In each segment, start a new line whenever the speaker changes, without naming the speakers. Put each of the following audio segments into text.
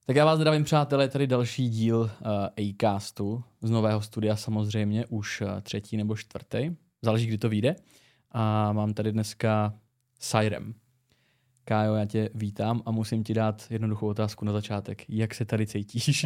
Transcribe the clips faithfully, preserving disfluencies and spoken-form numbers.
Tak já vás zdravím, přátelé, tady další díl uh, Acastu z nového studia samozřejmě, už uh, třetí nebo čtvrtý, záleží, kdy to vyjde. A mám tady dneska Sairem. Kájo, já tě vítám a musím ti dát jednoduchou otázku na začátek. Jak se tady cítíš?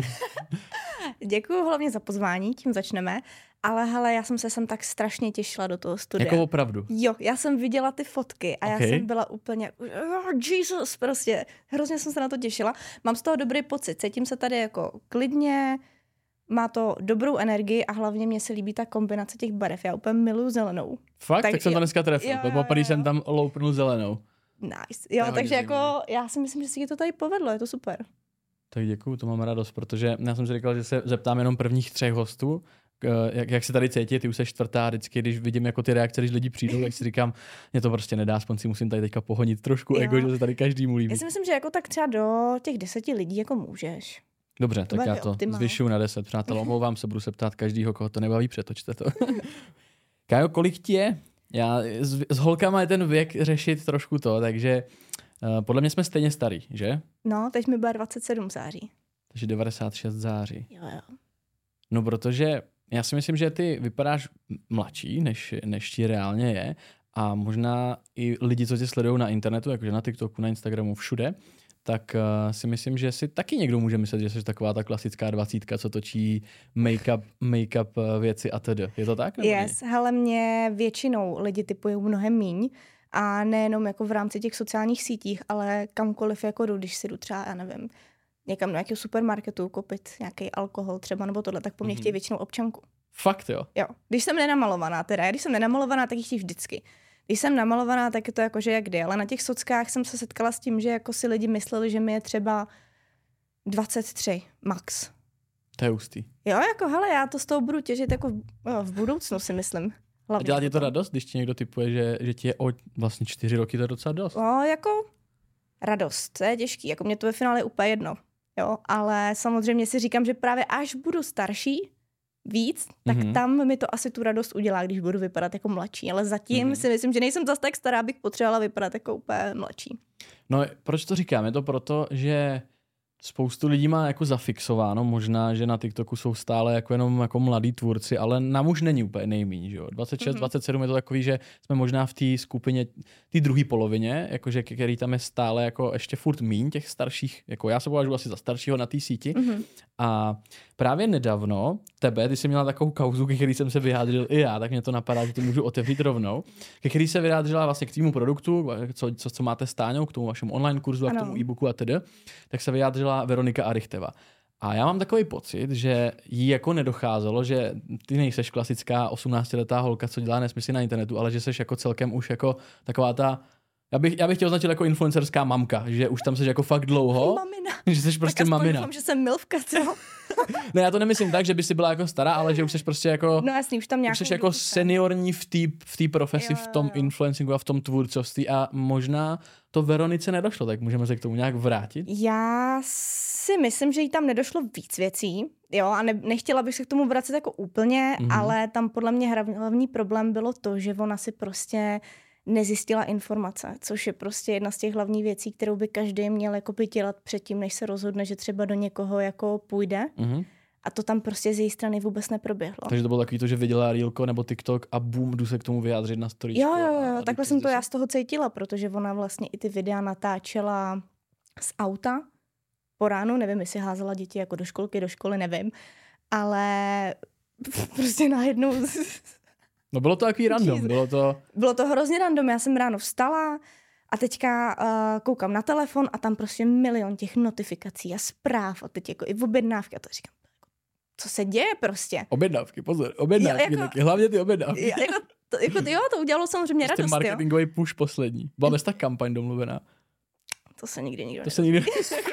Děkuju hlavně za pozvání, tím začneme. Ale hele, já jsem se sem tak strašně těšila do toho studia.
Jako opravdu?
Jo, já jsem viděla ty fotky a
okay.
já jsem byla úplně, oh, Jesus, prostě, hrozně jsem se na to těšila. Mám z toho dobrý pocit, cítím se tady jako klidně, má to dobrou energii a hlavně mě se líbí ta kombinace těch barev. Já úplně miluju zelenou.
Fakt? Tak, tak jsem to dneska trefil, poprvé jsem tam loupnul zelenou.
Nice. Jo, takže jako já si myslím, že si to tady povedlo, je to super.
Tak děkuju, to mám radost, protože já jsem si říkal, že se zeptám jenom prvních třech hostů, jak, jak se tady cítí, ty už jsi čtvrtá, vždycky, když vidím jako ty reakce, když lidi přijdou, tak si říkám, mě to prostě nedá, aspoň si musím tady teďka pohonit trošku jo. ego, že se tady každému líbí.
Já si myslím, že jako tak třeba do těch deseti lidí jako můžeš.
Dobře, to tak já to optimál. Zvyšuju na deset, přátel, omlouvám se, budu se ptát každýho, koho to nebaví, přetočte to. Kájo, kolik ti je? Já, s, s holkama je ten věk řešit trošku to, takže uh, podle mě jsme stejně starý, že?
No, teď mi bude dvacet sedm září.
Takže devadesát šest září.
Jo, jo.
No, protože já si myslím, že ty vypadáš mladší, než, než ti reálně je a možná i lidi, co tě sledují na internetu, jakože na TikToku, na Instagramu, všude, tak uh, si myslím, že si taky někdo může myslet, že jsi taková ta klasická dvacítka, co točí make-up, make-up věci a tedy. Je to tak?
Yes, hele, mě většinou lidi typují mnohem míň a nejenom jako v rámci těch sociálních sítích, ale kamkoliv jako jdu, když si jdu třeba, já nevím, někam do nějakého supermarketu koupit nějaký alkohol třeba nebo tohle, tak po mně mm-hmm. chtějí většinou občanku.
Fakt jo?
Jo, když jsem nenamalovaná teda, když jsem nenamalovaná, tak ji chtějí vždycky. Když jsem namalovaná, tak je to jakože jak kdy, ale na těch sockách jsem se setkala s tím, že jako si lidi mysleli, že mi je třeba dvacet tři max.
To je hustý.
Jo, jako hele, já to z toho budu těžit jako jo, v budoucnu si myslím.
Hlavně. A dělá ti to radost, když ti někdo typuje, že, že ti je o vlastně čtyři roky, to je docela dost?
No, jako radost, to je těžký, jako mě to ve finále je úplně jedno, jo, ale samozřejmě si říkám, že právě až budu starší, víc, tak mm-hmm. tam mi to asi tu radost udělá, když budu vypadat jako mladší. Ale zatím mm-hmm. si myslím, že nejsem zase tak stará, abych potřebovala vypadat jako úplně mladší.
No, proč to říkám? Je to proto, že spoustu lidí má jako zafixováno, možná, že na TikToku jsou stále jako jenom jako mladí tvůrci, ale nám už není úplně nejmíň, že jo. dvacet šest, mm-hmm. dvacet sedm je to takový, že jsme možná v té skupině, té druhé polovině, jakože který tam je stále jako ještě furt míň těch starších, jako já se považuji asi za staršího na té síti. Mm-hmm. A právě nedávno tebe, ty jsi měla takovou kauzu, ke který jsem se vyjádřil i já, tak mě to napadá, že to můžu otevřít rovnou, ke který se vyjádřila vlastně k týmu produktu, co, co, co máte s Táňou, k tomu vašemu online kurzu a k tomu e-booku a tedy, tak se vyjádřila Veronika Arichteva. A já mám takový pocit, že jí jako nedocházelo, že ty nejseš klasická osmnáctiletá holka, co dělá nesmysly na internetu, ale že seš jako celkem už jako taková ta, já bych, já bych tě označil jako influencerská mamka, že už tam seš jako fakt dlouho.
Mamina.
Že seš prostě
tak
mamina.
Doufám, že jsem milvka, co?
Ne, já to nemyslím tak, že by si byla jako stará, ale že už jsi prostě jako,
no jasný, už tam nějakou
už jsi jako seniorní v té v té profesi, jo, jo, jo. v tom influencingu a v tom tvůrcovství a možná to Veronice nedošlo, tak můžeme se k tomu nějak vrátit?
Já si myslím, že jí tam nedošlo víc věcí, jo, a ne, nechtěla bych se k tomu vracet jako úplně, mm-hmm. ale tam podle mě hlavní problém bylo to, že ona si prostě nezjistila informace, což je prostě jedna z těch hlavních věcí, kterou by každý měl jako by dělat předtím, než se rozhodne, že třeba do někoho jako půjde. Mm-hmm. A to tam prostě z její strany vůbec neproběhlo.
Takže to bylo takový to, že viděla Reelko nebo TikTok a boom, jdu se k tomu vyjádřit na storíčko.
Jo, jo, jo, takhle jsem to já z toho cítila, protože ona vlastně i ty videa natáčela z auta po ránu, nevím, jestli házela děti jako do školky, do školy, nevím, ale prostě najednou...
No bylo to takový random, bylo to...
Bylo to hrozně random, já jsem ráno vstala a teďka uh, koukám na telefon a tam prostě milion těch notifikací a zpráv a teď jako i v objednávky a to říkám, co se děje prostě.
Objednávky, pozor, objednávky, jo, jako, hlavně ty objednávky.
Jako, to, jako, jo, to udělalo samozřejmě
prostě
radost,
marketingový
jo.
push poslední. Byla bez tak kampaň domluvená.
To se nikdy nikdo
To se nikdy...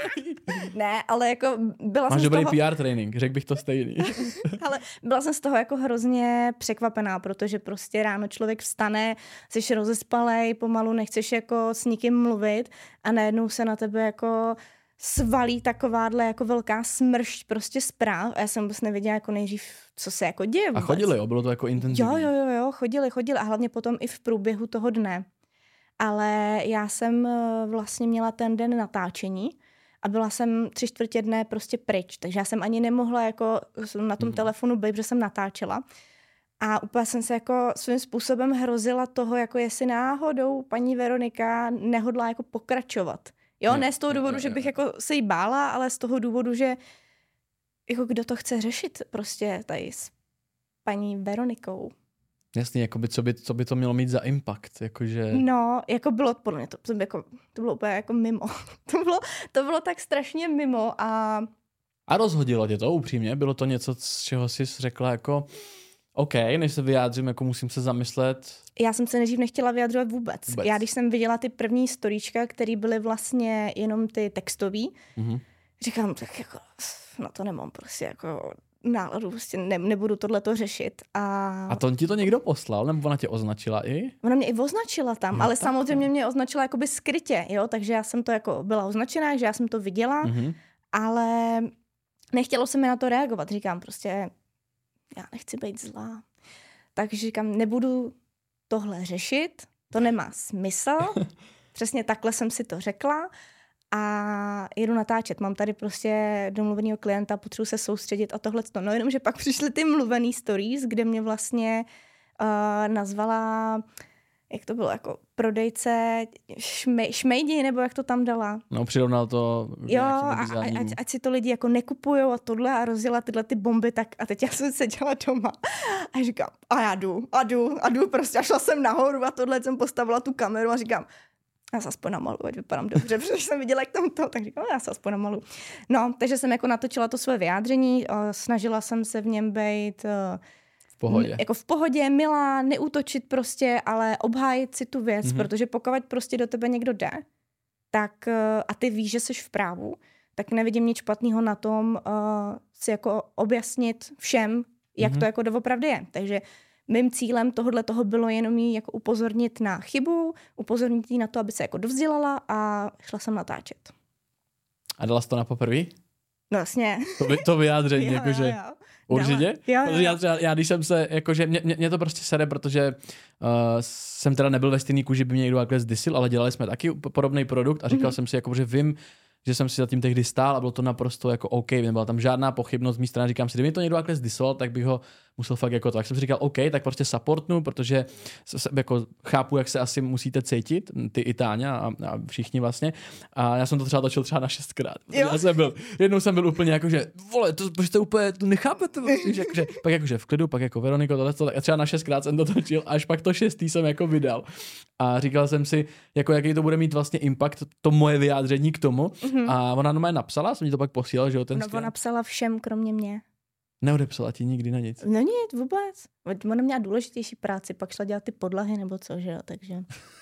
Ne, ale jako byla
Máš
jsem
dobrý
z toho...
P R trénink, řekl bych to stejný.
Ale byla jsem z toho jako hrozně překvapená, protože prostě ráno člověk vstane, jsi rozespalej, pomalu nechceš jako s nikým mluvit a najednou se na tebe jako svalí takováhle jako velká smršť prostě zpráv a já jsem vůbec nevěděla jako nejdřív, co se jako děje vůbec.
A chodili, jo? Bylo to jako intenzivní.
Jo, jo, jo, jo, chodili, chodili a hlavně potom i v průběhu toho dne. Ale já jsem vlastně měla ten den natáčení a byla jsem tři čtvrtě dne prostě pryč, takže já jsem ani nemohla jako na tom mm. telefonu být, protože jsem natáčela. A úplně jsem se jako svým způsobem hrozila toho, jako jestli náhodou paní Veronika nehodlá jako pokračovat. Jo, ne, ne z toho důvodu, ne, ne, že bych jako se jí bála, ale z toho důvodu, že jako kdo to chce řešit prostě tady s paní Veronikou.
Jasně, jakoby, co, by, co by to mělo mít za impact? Jakože...
No, jako bylo podle mě, to, to, jako, to bylo úplně jako mimo. to, bylo, to bylo tak strašně mimo a...
A rozhodilo tě to upřímně? Bylo to něco, z čeho jsi řekla jako OK, než se vyjádřím, jako musím se zamyslet?
Já jsem se nejdřív nechtěla vyjadřovat vůbec.
vůbec.
Já když jsem viděla ty první storíčka, které byly vlastně jenom ty textový, mm-hmm. říkám, tak jako na to nemám prostě jako náladu, prostě ne, nebudu tohleto řešit. A...
a to ti to někdo poslal, nebo ona tě označila i?
Ona mě i označila tam, no, ale samozřejmě mě označila jakoby skrytě, jo, takže já jsem to jako byla označená, že já jsem to viděla, mm-hmm. ale nechtělo se mi na to reagovat, říkám prostě, já nechci být zlá. Takže říkám, nebudu tohle řešit, to nemá smysl, přesně takhle jsem si to řekla. A jedu natáčet. Mám tady prostě domluvenýho klienta, potřebuji se soustředit a tohleto. No jenom, že pak přišly ty mluvený stories, kde mě vlastně uh, nazvala, jak to bylo, jako prodejce šmej, šmejdi, nebo jak to tam dala.
No, přirovnal to k
jo, a, ať, ať si to lidi jako nekupujou a tohle a rozjela tyhle ty bomby, tak a teď já jsem seděla doma a říkám, a já jdu, a jdu, a jdu, prostě a šla jsem nahoru a tohle jsem postavila tu kameru a říkám, já se aspoň namalu, ať vypadám dobře, protože jsem viděla, jak tam to, tak říkám, já se aspoň namalu. No, takže jsem jako natočila to své vyjádření, snažila jsem se v něm být
v pohodě.
Jako v pohodě, milá, neútočit prostě, ale obhájit si tu věc, mm-hmm. protože pokud prostě do tebe někdo jde, tak a ty víš, že jsi v právu, tak nevidím nic špatného na tom uh, si jako objasnit všem, jak mm-hmm. to jako doopravdy je. Takže mým cílem tohohle toho bylo jenom jí jako upozornit na chybu, upozornit jí na to, aby se jako dovzdělala a šla jsem natáčet.
A dala jsi to na poprvé?
No jasně.
To, by, to vyjádření,
jo,
jakože...
Jo, jo.
Určitě?
Jo, jo, jo.
Já, já, já když jsem se, jakože mě, mě, mě to prostě sere, protože uh, jsem teda nebyl ve stejný kůži, by mě někdo takhle zdysil, ale dělali jsme taky podobný produkt a říkal mm-hmm. jsem si, jako, že vím, že jsem si za tím tehdy stál a bylo to naprosto jako OK, nebyla tam žádná pochybnost z mé strany, říkám si, kdyby to někdo takhle zdysoval, tak bych ho musel fakt jako to. Tak jsem si říkal, OK, tak prostě supportnu, protože se, jako chápu, jak se asi musíte cítit, ty i Táňa a, a všichni vlastně. A já jsem to třeba točil třeba na šestkrát. Já jsem byl, jednou jsem byl úplně jako, že vole, to, protože to úplně to nechápete, že, jakože, pak jakože v klidu, pak jako Veroniko, tohle, tohle, a třeba na šestkrát jsem to točil, až pak to šestý jsem jako vydal. A říkal jsem si, jako jaký to bude mít vlastně impact, to moje vyjádření k tomu. Mm-hmm. A ona normálně napsala, jsem mi to pak posílal, že jo, ten
Ona napsala všem, kromě mě.
Neodepsala ti nikdy na nic?
No nic, vůbec. Ona měla důležitější práci, pak šla dělat ty podlahy nebo co, že jo, takže...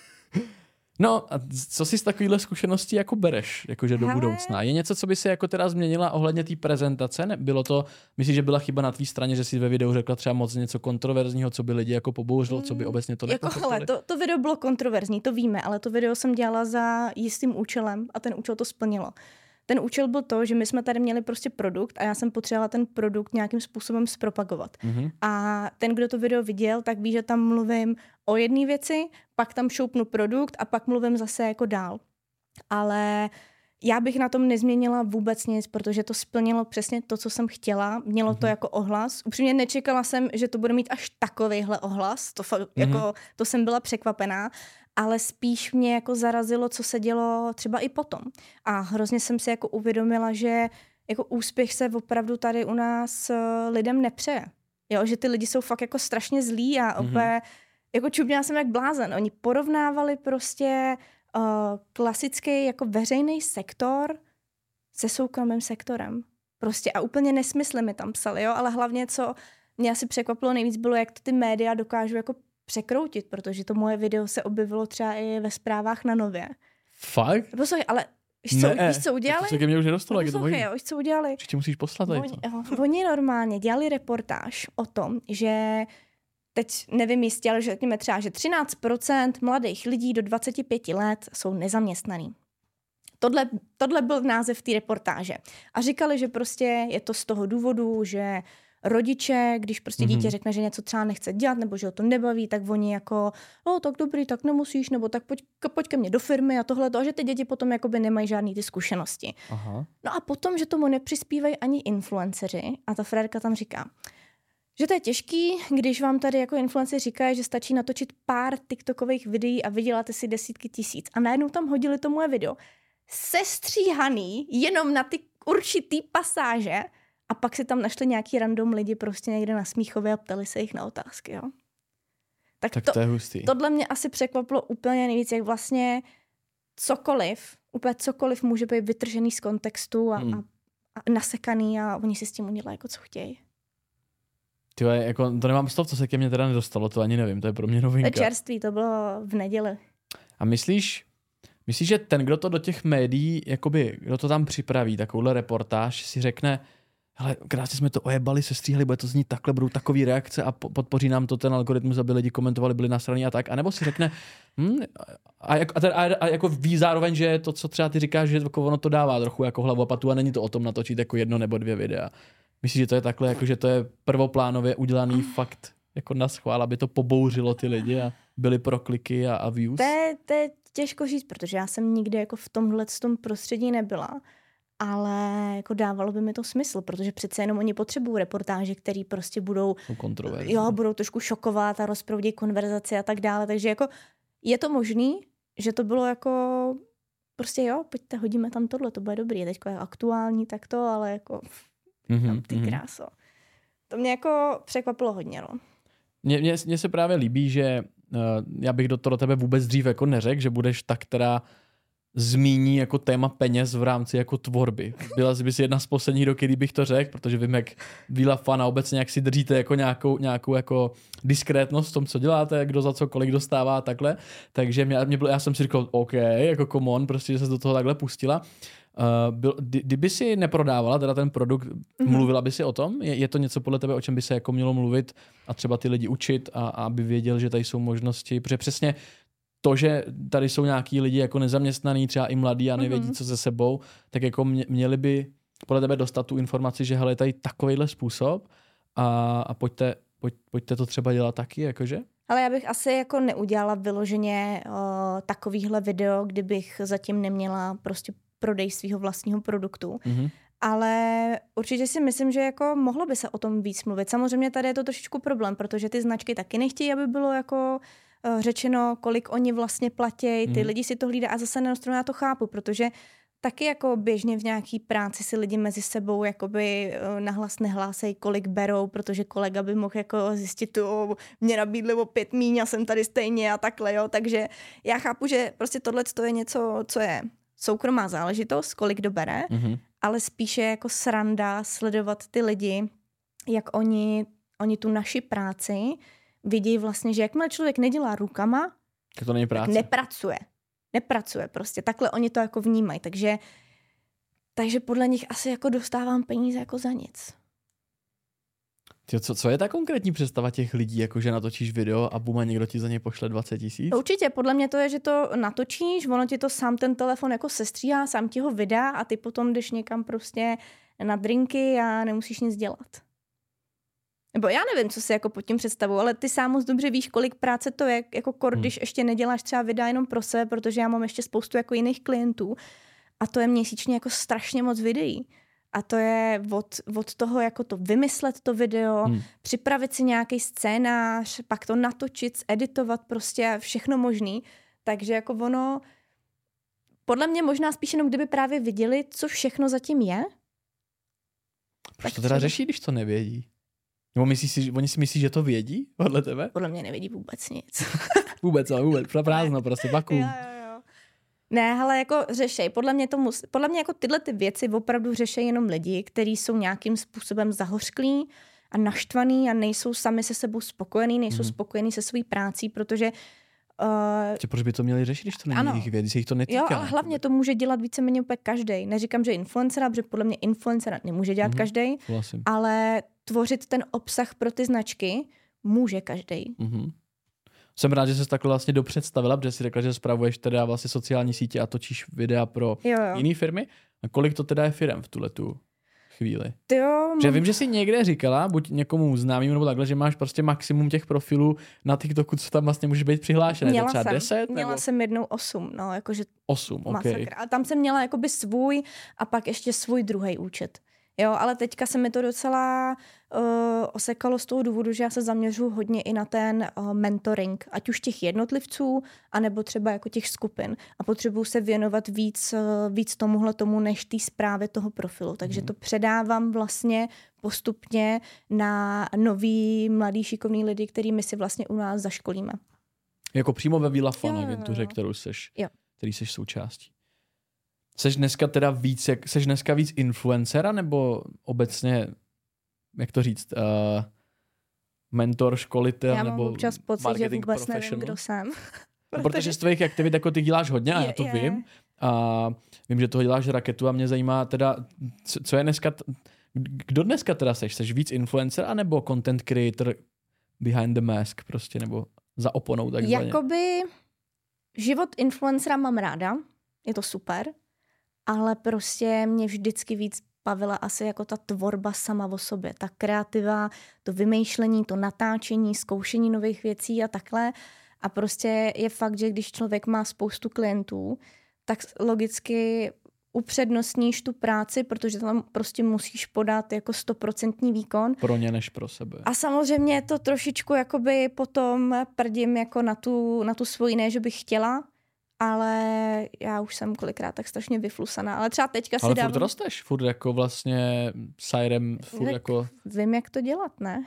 No a co si z takovýhle zkušeností jako bereš, jakože do
Hele.
budoucna? Je něco, co by si jako teda změnila ohledně té prezentace? Ne, bylo to, myslíš, že byla chyba na tvý straně, že jsi ve videu řekla třeba moc něco kontroverzního, co by lidi jako pobouřilo, mm, co by obecně to
jako hele, to, to video bylo kontroverzní, to víme, ale to video jsem dělala za jistým účelem a ten účel to splnilo. Ten účel byl to, že my jsme tady měli prostě produkt a já jsem potřebovala ten produkt nějakým způsobem zpropagovat. Mm-hmm. A ten, kdo to video viděl, tak ví, že tam mluvím o jedné věci, pak tam šoupnu produkt a pak mluvím zase jako dál. Ale já bych na tom nezměnila vůbec nic, protože to splnilo přesně to, co jsem chtěla. Mělo mm-hmm. to jako ohlas. Upřímně nečekala jsem, že to bude mít až takovejhle ohlas. To, fakt, mm-hmm. jako, to jsem byla překvapená. Ale spíš mě jako zarazilo, co se dělo třeba i potom. A hrozně jsem si jako uvědomila, že jako úspěch se opravdu tady u nás lidem nepřeje. Jo, že ty lidi jsou fakt jako strašně zlí a mm-hmm. opět, jako čuměla jsem jak blázen. Oni porovnávali prostě uh, klasický jako veřejný sektor se soukromým sektorem. Prostě a úplně nesmysly mi tam psali, jo, ale hlavně, co mě asi překvapilo nejvíc, bylo, jak to ty média dokážou jako překroutit, protože to moje video se objevilo třeba i ve zprávách na Nově.
Fakt?
Poslouchej, ale víš co,
ne,
víš, co udělali?
To se ke mně už nedostalo, jak je to
Poslouchej, víš, co udělali?
Příště musíš poslat tady
oni, to. Oni normálně dělali reportáž o tom, že teď nevím jistě, ale že řekněme třeba, že třináct procent mladých lidí do dvacet pět let jsou nezaměstnaný. Tohle, tohle byl název té reportáže. A říkali, že prostě je to z toho důvodu, že rodiče, když prostě mm-hmm. dítě řekne, že něco třeba nechce dělat, nebo že ho to nebaví, tak oni jako, no tak dobrý, tak nemusíš, nebo tak pojď, pojď ke mně do firmy a tohle, a že ty děti potom jakoby nemají žádný ty zkušenosti.
Aha.
No a potom, že tomu nepřispívají ani influenceři, a ta frérka tam říká, že to je těžký, když vám tady jako influenceři říkají, že stačí natočit pár TikTokových videí a vyděláte si desítky tisíc. A najednou tam hodili to moje video sestříhaný jenom na ty určitý pasáže a pak si tam našli nějaký random lidi prostě někde na Smíchově a ptali se jich na otázky. Jo? Tak,
tak
to,
to je hustý.
Tohle mě asi překvapilo úplně nejvíc, jak vlastně cokoliv, úplně cokoliv může být vytržený z kontextu a, hmm. a, a nasekaný a oni si s tím udělají jako co chtějí.
Tyhle, jako, to nemám stav, co se ke mně teda nedostalo, to ani nevím, to je pro mě novinka.
To je čerství, to bylo v neděli.
A myslíš, myslíš, že ten, kdo to do těch médií, jakoby, kdo to tam připraví, takovouhle reportáž, si řekne, hele, krásně jsme to ojebali, sestříhali, bude to znít takhle, budou takový reakce a podpoří nám to ten algoritmus, aby lidi komentovali, byli nasraní a tak, anebo si řekne, hm, a, jak, a, ten, a, a jako ví zároveň, že to, co třeba ty říkáš, že ono to dává trochu jako hlavu a patu a není to o tom natočit jako jedno nebo dvě videa. Myslíš, že to je takhle, jako, že to je prvoplánově udělaný fakt jako na schvál, aby to pobouřilo ty lidi a byly prokliky a, a views?
To je, to je těžko říct, protože já jsem nikdy jako v tomhle tom prostředí nebyla, ale jako dávalo by mi to smysl, protože přece jenom oni potřebují reportáže, které prostě budou, jo, budou trošku šokovat a rozproudí konverzaci a tak dále, takže jako je to možný, že to bylo jako prostě jo, pojďte, hodíme tam tohle, to bude dobrý, teďko je aktuální takto, ale jako
mm-hmm,
ty kráso. To mě jako překvapilo hodně, no.
Mně, mně, mně se právě líbí, že uh, já bych do toho tebe vůbec dřív jako neřekl, že budeš ta, která zmíní jako téma peněz v rámci jako tvorby. Byla jsi bys jedna z posledních, do kdy bych to řekl, protože vím, jak Víla Fan a obecně jak si držíte jako nějakou, nějakou jako diskrétnost v tom, co děláte, kdo za co kolik dostává a takhle. Takže mě, mě bylo, já jsem si říkal, OK, jako come on, prostě, že se do toho takhle pustila. Uh, byl, kdyby si neprodávala teda ten produkt, mm-hmm. mluvila by si o tom? Je, je to něco podle tebe, o čem by se jako mělo mluvit a třeba ty lidi učit a, a aby věděl, že tady jsou možnosti? Protože přesně to, že tady jsou nějaký lidi jako nezaměstnaný, třeba i mladí a nevědí, mm-hmm. co se sebou, tak jako mě, měli by podle tebe dostat tu informaci, že hele, je tady takovejhle způsob a, a pojďte, pojď, pojďte to třeba dělat taky, jakože?
Ale já bych asi jako neudělala vyloženě uh, takovýhle video, kdybych zatím neměla prostě prodej svého vlastního produktu. Mm-hmm. Ale určitě si myslím, že jako mohlo by se o tom víc mluvit. Samozřejmě tady je to trošičku problém, protože ty značky taky nechtějí, aby bylo jako uh, řečeno, kolik oni vlastně platí. Ty mm-hmm. lidi si to hlídají a zase na stranu já to chápu, protože taky jako běžně v nějaký práci si lidi mezi sebou jakoby uh, nahlas nehlásejí, kolik berou, protože kolega by mohl jako zjistit, oh, mě nabídli o pět míň a jsem tady stejně a takhle, jo. Takže já chápu, že prostě tohle je něco, co je soukromá záležitost, kolik dobere, mm-hmm. ale spíše jako sranda sledovat ty lidi, jak oni, oni tu naši práci vidí vlastně, že jakmile člověk nedělá rukama,
tak to není práce.
Tak nepracuje. Nepracuje prostě. Takhle oni to jako vnímají. Takže, takže podle nich asi jako dostávám peníze jako za nic.
Co, co je ta konkrétní představa těch lidí, jako že natočíš video a bum a někdo ti za něj pošle dvacet tisíc?
Určitě, podle mě to je, že to natočíš, ono ti to sám ten telefon jako sestříhá, sám ti ho vydá a ty potom jdeš někam prostě na drinky a nemusíš nic dělat. Nebo já nevím, co si jako pod tím představuji, ale ty sám moc dobře víš, kolik práce to je, jako kor, když hmm. ještě neděláš třeba videa jenom pro sebe, protože já mám ještě spoustu jako jiných klientů a to je měsíčně jako strašně moc videí. A to je od, od toho, jako to vymyslet to video, hmm. připravit si nějaký scénář, pak to natočit, editovat prostě všechno možný. Takže jako ono, podle mě možná spíš jenom kdyby právě viděli, co všechno zatím je.
Proč to teda třeba řeší, když to nevědí? Nebo myslíš si, oni si myslí, že to vědí podle tebe?
Podle mě nevědí vůbec nic.
vůbec, ale vůbec, prázdno prostě, vakuum.
Jo, jo, jo. Ne, ale jako řešej. Podle mě, to mus, podle mě jako tyhle ty věci opravdu řešejí jenom lidi, kteří jsou nějakým způsobem zahořklí a naštvaný a nejsou sami se sebou spokojení, nejsou mm. spokojení se svou prací, protože
Uh, proč by to měli řešit, když to není jejich věc, když se jich to netýká?
Jo, ale hlavně to může dělat víceméně úplně každej. Neříkám, že influencera, protože podle mě influencera nemůže dělat mm-hmm. každej,
Vlastně.
ale tvořit ten obsah pro ty značky může každej.
Mm-hmm. Jsem rád, že jsi takhle vlastně dopředstavila, protože jsi řekla, že spravuješ teda vlastně sociální sítě a točíš videa pro
jo, jo.
jiné firmy. A kolik to teda je firem v tuhletu chvíli?
Jo,
že vím, že jsi někde říkala, buď někomu známému nebo takhle, že máš prostě maximum těch profilů na TikToku, co tam vlastně může být přihlášené.
Měla
třeba
jsem,
deset?
Měla
nebo?
jsem jednou osm, no, jakože
osm, ok.
masakra. A tam jsem měla jakoby svůj a pak ještě svůj druhý účet. Jo, ale teďka se mi to docela uh, osekalo z toho důvodu, že já se zaměřuji hodně i na ten uh, mentoring, ať už těch jednotlivců, anebo třeba jako těch skupin. A potřebuju se věnovat víc, uh, víc tomuhle tomu, než té zprávě toho profilu. Takže hmm. to předávám vlastně postupně na nový, mladý, šikovný lidi, který my si vlastně u nás zaškolíme.
Jako přímo ve Vilafan agentuře, kterou seš,
jo.
který seš součástí. Seš dneska teda víc, jak, seš dneska víc influencera, nebo obecně, jak to říct, uh, mentor, školitel,
Já
nebo
mám občas pocit, že vůbec nevím, kdo jsem.
Protože... protože z tvých aktivit jako ty děláš hodně, a já to je, vím. Je. A vím, že toho děláš raketu a mě zajímá teda, co je dneska, kdo dneska teda seš? Seš víc influencer, anebo content creator behind the mask prostě, nebo za oponou takzvaně?
Jakoby život influencera mám ráda, je to super, ale prostě mě vždycky víc bavila asi jako ta tvorba sama o sobě, ta kreativa, to vymýšlení, to natáčení, zkoušení nových věcí a takhle. A prostě je fakt, že když člověk má spoustu klientů, tak logicky upřednostníš tu práci, protože tam prostě musíš podat jako stoprocentní výkon.
Pro ně než pro sebe.
A samozřejmě to trošičku jakoby potom prdím jako na tu, na tu svoji, ne, že bych chtěla, ale já už jsem kolikrát tak strašně vyflusaná. Ale třeba teďka si
ale
dávám...
Ale furt rosteš, furt jako vlastně sajrem, furt
tak
jako...
Vím, jak to dělat, ne?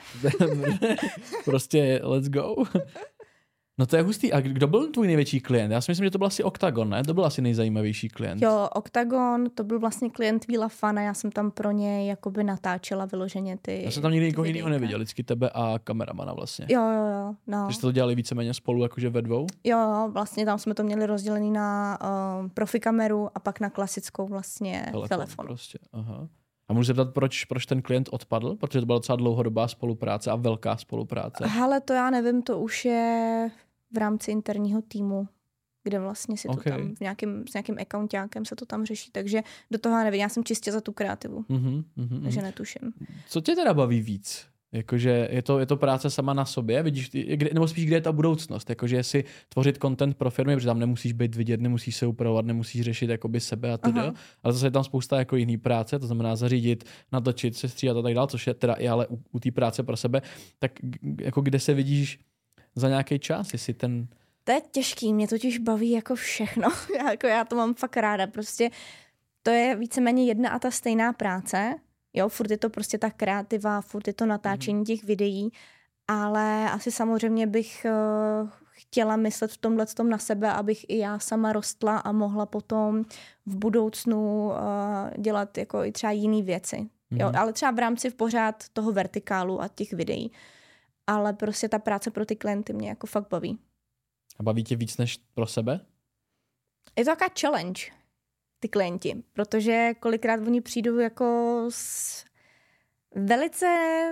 Prostě let's go. No to je hustý. A kdo byl tvůj největší klient? Já si myslím, že to byl asi Octagon, ne? To byl asi nejzajímavější klient.
Jo, Octagon, to byl vlastně klient Vilafana, já jsem tam pro něj jakoby natáčela vyloženě ty...
Já jsem tam nikdy nikoho jiného neviděl, vždycky tebe a kameramana vlastně.
Jo, jo, jo. No.
Takže jste to dělali víceméně spolu, jakože ve dvou?
Jo, vlastně tam jsme to měli rozdělený na uh, profi kameru a pak na klasickou vlastně telefon. telefon.
Prostě, aha. A můžu se ptat, proč, proč ten klient odpadl? Protože to byla docela dlouhodobá spolupráce a velká spolupráce.
Hele, to já nevím, to už je v rámci interního týmu, kde vlastně si okay. to tam v nějakým, s nějakým accountákem se to tam řeší, takže do toho já nevím, já jsem čistě za tu kreativu, mm-hmm, mm-hmm. takže netuším.
Co tě teda baví víc? Jakože je to, je to práce sama na sobě, vidíš, kde, nebo spíš kde je ta budoucnost, jakože si tvořit content pro firmy, protože tam nemusíš být vidět, nemusíš se upravovat, nemusíš řešit jakoby sebe a tedy, ale zase je tam spousta jako jiný práce, to znamená zařídit, natočit, sestříhat a tak dále, což je teda i ale u, u té práce pro sebe, tak jako kde se vidíš za nějaký čas, jestli ten...
To je těžký, mě totiž baví jako všechno, jako já to mám fakt ráda, prostě to je víceméně jedna a ta stejná práce. Jo, furt je to prostě ta kreativa, furt je to natáčení těch videí, ale asi samozřejmě bych uh, chtěla myslet v tomhle tom na sebe, abych i já sama rostla a mohla potom v budoucnu uh, dělat jako i třeba jiný věci. Mm. Jo, ale třeba v rámci v pořád toho vertikálu a těch videí. Ale prostě ta práce pro ty klienty mě jako fakt baví.
A baví tě víc než pro sebe?
Je to taková challenge, ty klienti, protože kolikrát oni přijdou jako s velice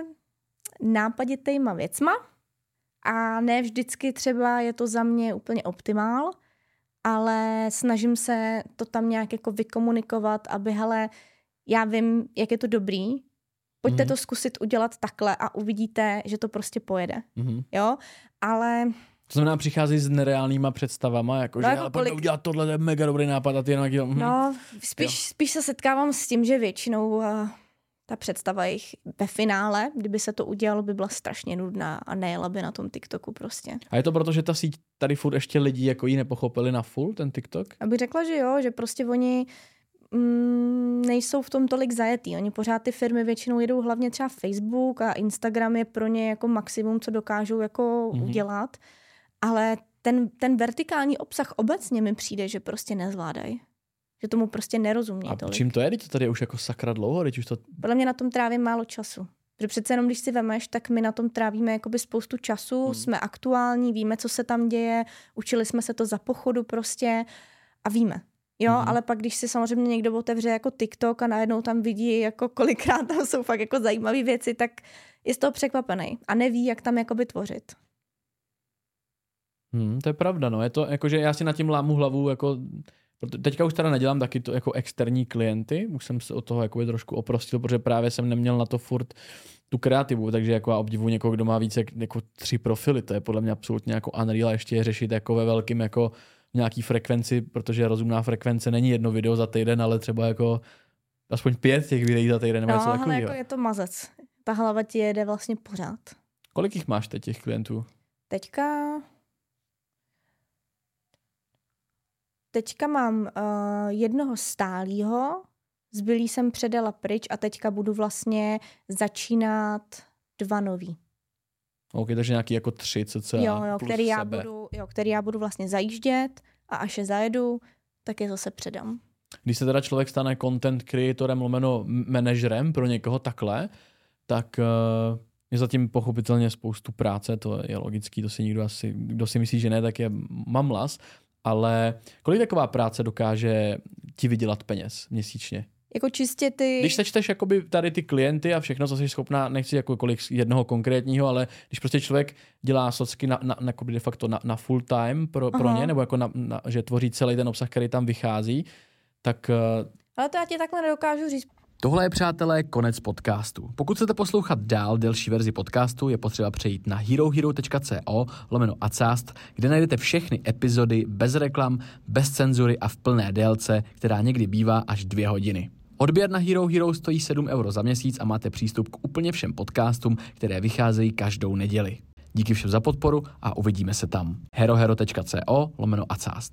nápaditejma věcma a ne vždycky třeba je to za mě úplně optimál, ale snažím se to tam nějak jako vykomunikovat, aby hele, já vím, jak je to dobrý, pojďte mm-hmm. to zkusit udělat takhle a uvidíte, že to prostě pojede. Mm-hmm. Jo, ale...
To znamená, přichází s nereálnýma představama, jako, no, že jako pojďme kolik... udělat tohle, to je mega dobrý nápad a ty jenom mm,
no, spíš, spíš se setkávám s tím, že většinou uh, ta představa jich ve finále, kdyby se to udělalo, by byla strašně nudná a nejela by na tom TikToku prostě.
A je to proto, že ta síť tady furt ještě lidi jako ji nepochopili na full, ten TikTok?
Abych řekla, že jo, že prostě oni mm, nejsou v tom tolik zajetý. Oni pořád ty firmy většinou jedou hlavně třeba Facebook a Instagram je pro ně jako maximum, co dokážou jako mm-hmm. udělat. Ale ten, ten vertikální obsah obecně mi přijde, že prostě nezvládají. Že tomu prostě nerozumí.
A
tolik.
Čím to je? Teď to tady je už jako sakra dlouho. Teď už to...
Podle mě na tom trávím málo času. Protože přece jenom, když si vemeš, tak my na tom trávíme jakoby spoustu času, hmm. jsme aktuální, víme, co se tam děje, učili jsme se to za pochodu prostě a víme. Jo, hmm. ale pak, když si samozřejmě někdo otevře jako TikTok a najednou tam vidí, jako kolikrát tam jsou fakt jako zajímavé věci, tak je z toho překvapený a neví, jak tam jakoby tvořit.
Hmm, to je pravda, no. Je to, jakože já si nad tím lámu hlavu, jako, Teďka už teda nedělám taky to jako externí klienty, už jsem se od toho jakoby trošku oprostil, protože právě jsem neměl na to furt tu kreativu, takže jako já obdivuji někoho, kdo má více jako tři profily, to je podle mě absolutně jako unreal a ještě je řešit jako ve velkým jako nějaký frekvenci, protože rozumná frekvence není jedno video za týden, ale třeba jako aspoň pět těch videí za týden.
No, ale jako je to mazec. Ta hlava ti jede vlastně pořád.
Kolik jich máš teď těch klientů?
Teďka... Teďka mám uh, jednoho stálýho, zbylý jsem předala pryč a teďka budu vlastně začínat dva nový.
Ok, takže nějaký jako tři cca
jo, jo,
plus
který já
sebe.
budu, jo, který já budu vlastně zajíždět a až je zajedu, tak je zase předám.
Když se teda člověk stane content creatorem lomeno manažerem pro někoho takhle, tak uh, je zatím pochopitelně spoustu práce, to je logický, to si nikdo asi, kdo si myslí, že ne, tak je mamlas, ale kolik taková práce dokáže ti vydělat peněz měsíčně?
Jako čistě ty...
Když sečteš jakoby tady ty klienty a všechno, co jsi schopná, nechci jako kolik jednoho konkrétního, ale když prostě člověk dělá socky na, na, na, de facto na, na full time pro, pro ně, nebo jako na, na, že tvoří celý ten obsah, který tam vychází, tak...
Ale to já ti takhle nedokážu říct.
Tohle je, přátelé, konec podcastu. Pokud chcete poslouchat dál delší verzi podcastu, je potřeba přejít na herohero.co lomeno acast, kde najdete všechny epizody bez reklam, bez cenzury a v plné délce, která někdy bývá až dvě hodiny. Odběr na Hero Hero stojí sedm euro za měsíc a máte přístup k úplně všem podcastům, které vycházejí každou neděli. Díky všem za podporu a uvidíme se tam. herohero.co lomeno acast.